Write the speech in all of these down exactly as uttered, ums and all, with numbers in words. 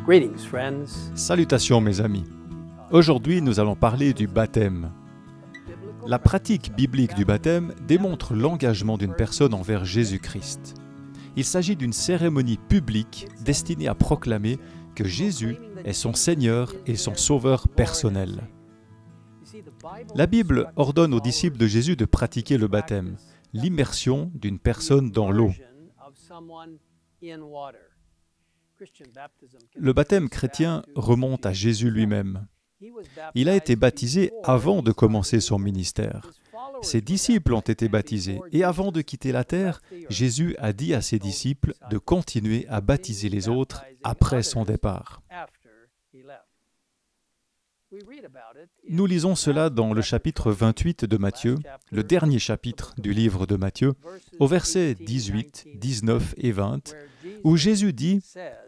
Greetings, friends. Salutations mes amis. Aujourd'hui, nous allons parler du baptême. La pratique biblique du baptême démontre l'engagement d'une personne envers Jésus-Christ. Il s'agit d'une cérémonie publique destinée à proclamer que Jésus est son Seigneur et son Sauveur personnel. La Bible ordonne aux disciples de Jésus de pratiquer le baptême, l'immersion d'une personne dans l'eau. Le baptême chrétien remonte à Jésus lui-même. Il a été baptisé avant de commencer son ministère. Ses disciples ont été baptisés et avant de quitter la terre, Jésus a dit à ses disciples de continuer à baptiser les autres après son départ. Nous lisons cela dans le chapitre vingt-huit de Matthieu, le dernier chapitre du livre de Matthieu, au versets dix-huit, dix-neuf et vingt, où Jésus dit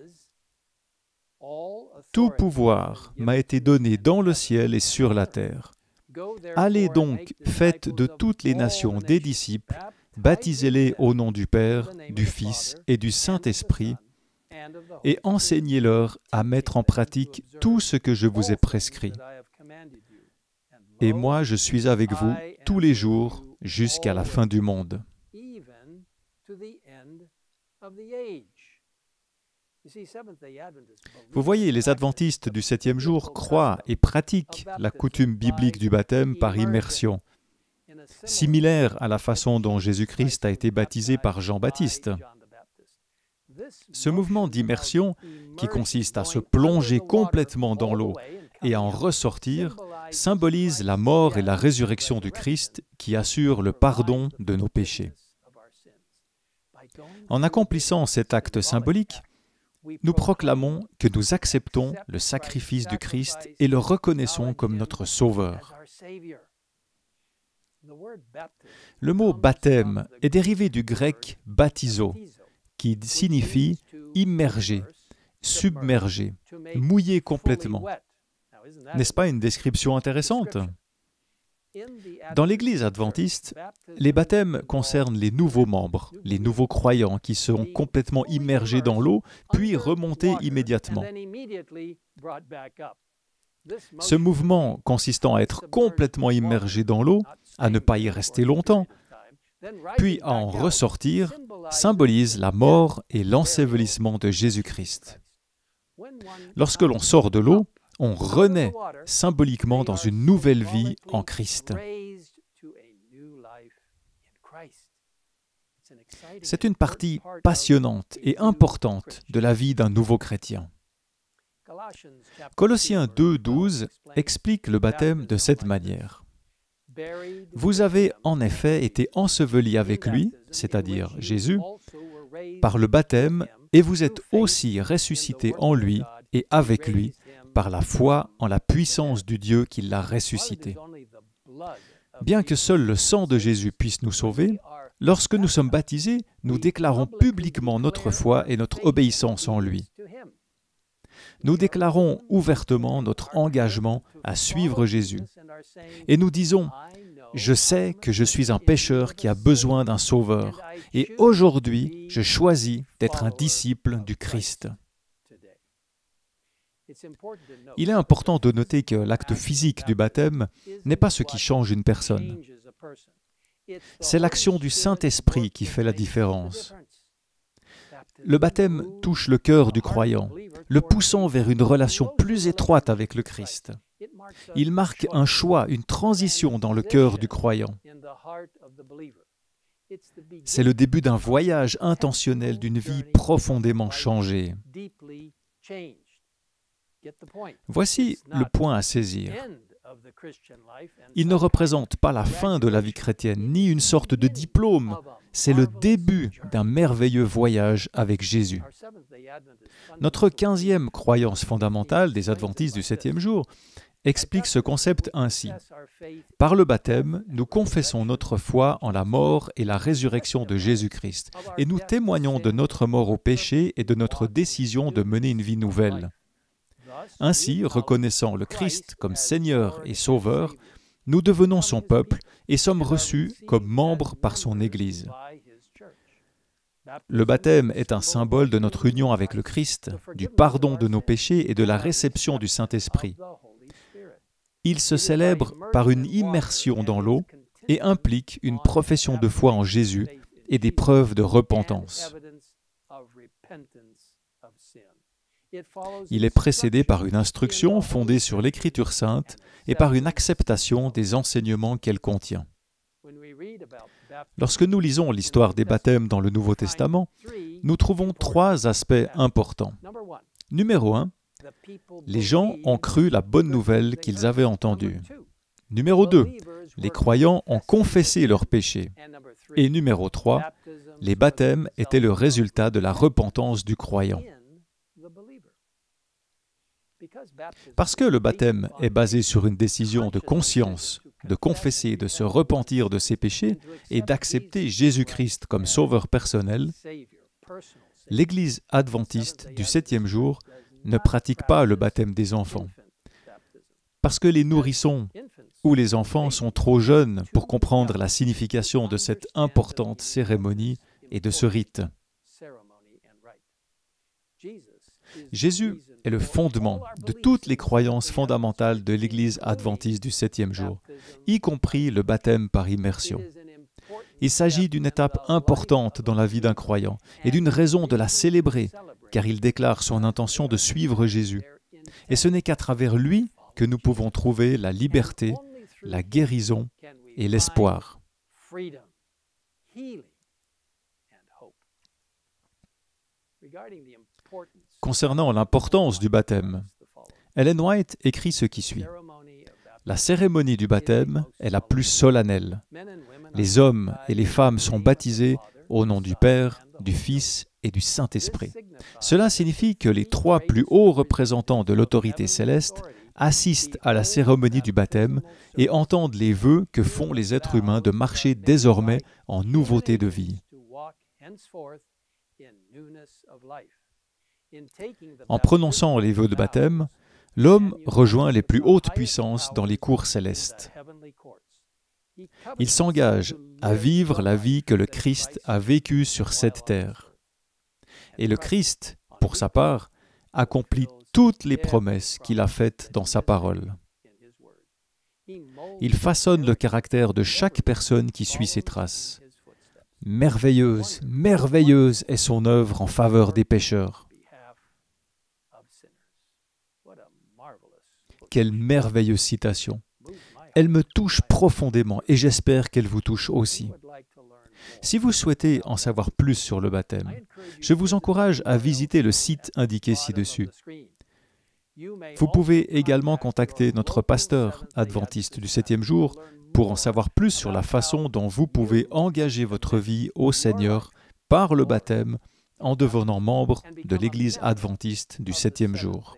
« Tout pouvoir m'a été donné dans le ciel et sur la terre. Allez donc, faites de toutes les nations des disciples, baptisez-les au nom du Père, du Fils et du Saint-Esprit, et enseignez-leur à mettre en pratique tout ce que je vous ai prescrit. Et moi, je suis avec vous tous les jours jusqu'à la fin du monde. » Vous voyez, les adventistes du septième jour croient et pratiquent la coutume biblique du baptême par immersion, similaire à la façon dont Jésus-Christ a été baptisé par Jean-Baptiste. Ce mouvement d'immersion, qui consiste à se plonger complètement dans l'eau et à en ressortir, symbolise la mort et la résurrection du Christ qui assure le pardon de nos péchés. En accomplissant cet acte symbolique, nous proclamons que nous acceptons le sacrifice du Christ et le reconnaissons comme notre Sauveur. Le mot baptême est dérivé du grec baptizo, qui signifie immerger, submerger, mouiller complètement. N'est-ce pas une description intéressante? Dans l'Église adventiste, les baptêmes concernent les nouveaux membres, les nouveaux croyants qui seront complètement immergés dans l'eau, puis remontés immédiatement. Ce mouvement consistant à être complètement immergé dans l'eau, à ne pas y rester longtemps, puis à en ressortir, symbolise la mort et l'ensevelissement de Jésus-Christ. Lorsque l'on sort de l'eau, on renaît symboliquement dans une nouvelle vie en Christ. C'est une partie passionnante et importante de la vie d'un nouveau chrétien. Colossiens deux, douze explique le baptême de cette manière. « Vous avez en effet été ensevelis avec lui, c'est-à-dire Jésus, par le baptême, et vous êtes aussi ressuscités en lui et avec lui, par la foi en la puissance du Dieu qui l'a ressuscité. » Bien que seul le sang de Jésus puisse nous sauver, lorsque nous sommes baptisés, nous déclarons publiquement notre foi et notre obéissance en lui. Nous déclarons ouvertement notre engagement à suivre Jésus. Et nous disons, « Je sais que je suis un pécheur qui a besoin d'un sauveur, et aujourd'hui, je choisis d'être un disciple du Christ. » Il est important de noter que l'acte physique du baptême n'est pas ce qui change une personne. C'est l'action du Saint-Esprit qui fait la différence. Le baptême touche le cœur du croyant, le poussant vers une relation plus étroite avec le Christ. Il marque un choix, une transition dans le cœur du croyant. C'est le début d'un voyage intentionnel d'une vie profondément changée. Voici le point à saisir. Il ne représente pas la fin de la vie chrétienne, ni une sorte de diplôme. C'est le début d'un merveilleux voyage avec Jésus. Notre quinzième croyance fondamentale des adventistes du septième jour explique ce concept ainsi. Par le baptême, nous confessons notre foi en la mort et la résurrection de Jésus-Christ, et nous témoignons de notre mort au péché et de notre décision de mener une vie nouvelle. Ainsi, reconnaissant le Christ comme Seigneur et Sauveur, nous devenons son peuple et sommes reçus comme membres par son Église. Le baptême est un symbole de notre union avec le Christ, du pardon de nos péchés et de la réception du Saint-Esprit. Il se célèbre par une immersion dans l'eau et implique une profession de foi en Jésus et des preuves de repentance. Il est précédé par une instruction fondée sur l'Écriture sainte et par une acceptation des enseignements qu'elle contient. Lorsque nous lisons l'histoire des baptêmes dans le Nouveau Testament, nous trouvons trois aspects importants. Numéro un, les gens ont cru la bonne nouvelle qu'ils avaient entendue. Numéro deux, les croyants ont confessé leurs péchés. Et numéro trois, les baptêmes étaient le résultat de la repentance du croyant. Parce que le baptême est basé sur une décision de conscience, de confesser, de se repentir de ses péchés et d'accepter Jésus-Christ comme sauveur personnel, l'Église adventiste du septième jour ne pratique pas le baptême des enfants. Parce que les nourrissons ou les enfants sont trop jeunes pour comprendre la signification de cette importante cérémonie et de ce rite. Jésus est le fondement de toutes les croyances fondamentales de l'Église adventiste du septième jour, y compris le baptême par immersion. Il s'agit d'une étape importante dans la vie d'un croyant et d'une raison de la célébrer, car il déclare son intention de suivre Jésus. Et ce n'est qu'à travers lui que nous pouvons trouver la liberté, la guérison et l'espoir. Concernant l'importance du baptême, Ellen White écrit ce qui suit. La cérémonie du baptême est la plus solennelle. Les hommes et les femmes sont baptisés au nom du Père, du Fils et du Saint-Esprit. Cela signifie que les trois plus hauts représentants de l'autorité céleste assistent à la cérémonie du baptême et entendent les vœux que font les êtres humains de marcher désormais en nouveauté de vie. En prononçant les vœux de baptême, l'homme rejoint les plus hautes puissances dans les cours célestes. Il s'engage à vivre la vie que le Christ a vécue sur cette terre. Et le Christ, pour sa part, accomplit toutes les promesses qu'il a faites dans sa parole. Il façonne le caractère de chaque personne qui suit ses traces. Merveilleuse, merveilleuse est son œuvre en faveur des pécheurs. Quelle merveilleuse citation! Elle me touche profondément et j'espère qu'elle vous touche aussi. Si vous souhaitez en savoir plus sur le baptême, je vous encourage à visiter le site indiqué ci-dessus. Vous pouvez également contacter notre pasteur adventiste du septième jour pour en savoir plus sur la façon dont vous pouvez engager votre vie au Seigneur par le baptême en devenant membre de l'Église adventiste du septième jour.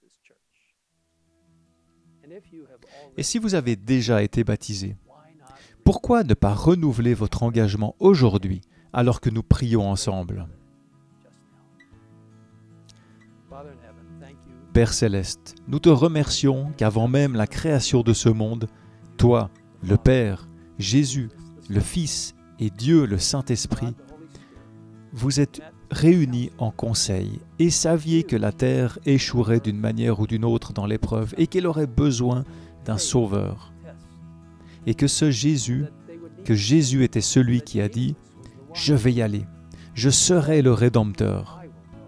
Et si vous avez déjà été baptisé, pourquoi ne pas renouveler votre engagement aujourd'hui alors que nous prions ensemble? Père Céleste, nous te remercions qu'avant même la création de ce monde, toi, le Père, Jésus, le Fils et Dieu, le Saint-Esprit, vous êtes réunis en conseil et saviez que la terre échouerait d'une manière ou d'une autre dans l'épreuve et qu'elle aurait besoin d'un sauveur. Et que ce Jésus, que Jésus était celui qui a dit « Je vais y aller, je serai le Rédempteur ».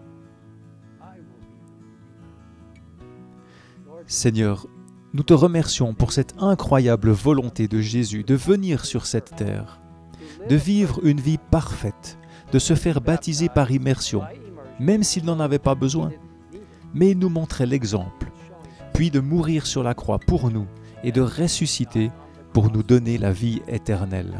Seigneur, nous te remercions pour cette incroyable volonté de Jésus de venir sur cette terre, de vivre une vie parfaite, de se faire baptiser par immersion, même s'il n'en avait pas besoin, mais il nous montrait l'exemple, puis de mourir sur la croix pour nous et de ressusciter pour nous donner la vie éternelle.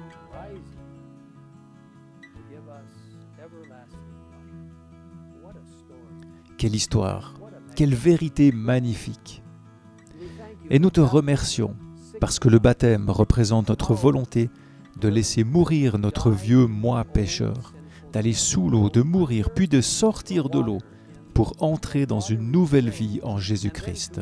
Quelle histoire, quelle vérité magnifique! Et nous te remercions parce que le baptême représente notre volonté de laisser mourir notre vieux moi pécheur, d'aller sous l'eau, de mourir, puis de sortir de l'eau pour entrer dans une nouvelle vie en Jésus-Christ.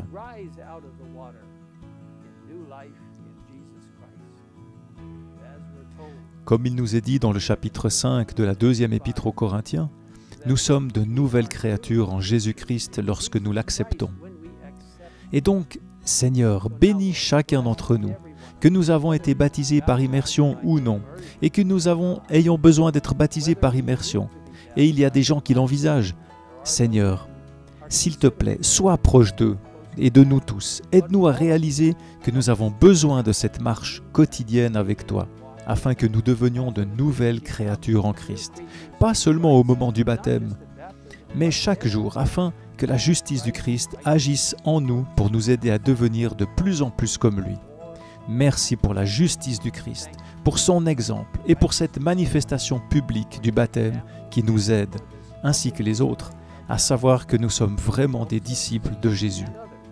Comme il nous est dit dans le chapitre cinq de la deuxième épître aux Corinthiens, nous sommes de nouvelles créatures en Jésus-Christ lorsque nous l'acceptons. Et donc, Seigneur, bénis chacun d'entre nous, que nous avons été baptisés par immersion ou non, et que nous avons, ayons besoin d'être baptisés par immersion. Et il y a des gens qui l'envisagent. Seigneur, s'il te plaît, sois proche d'eux et de nous tous. Aide-nous à réaliser que nous avons besoin de cette marche quotidienne avec toi, afin que nous devenions de nouvelles créatures en Christ. Pas seulement au moment du baptême, mais chaque jour, afin que la justice du Christ agisse en nous pour nous aider à devenir de plus en plus comme lui. Merci pour la justice du Christ, pour son exemple et pour cette manifestation publique du baptême qui nous aide, ainsi que les autres, à savoir que nous sommes vraiment des disciples de Jésus.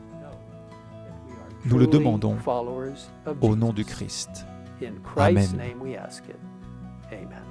Nous le demandons au nom du Christ. Amen.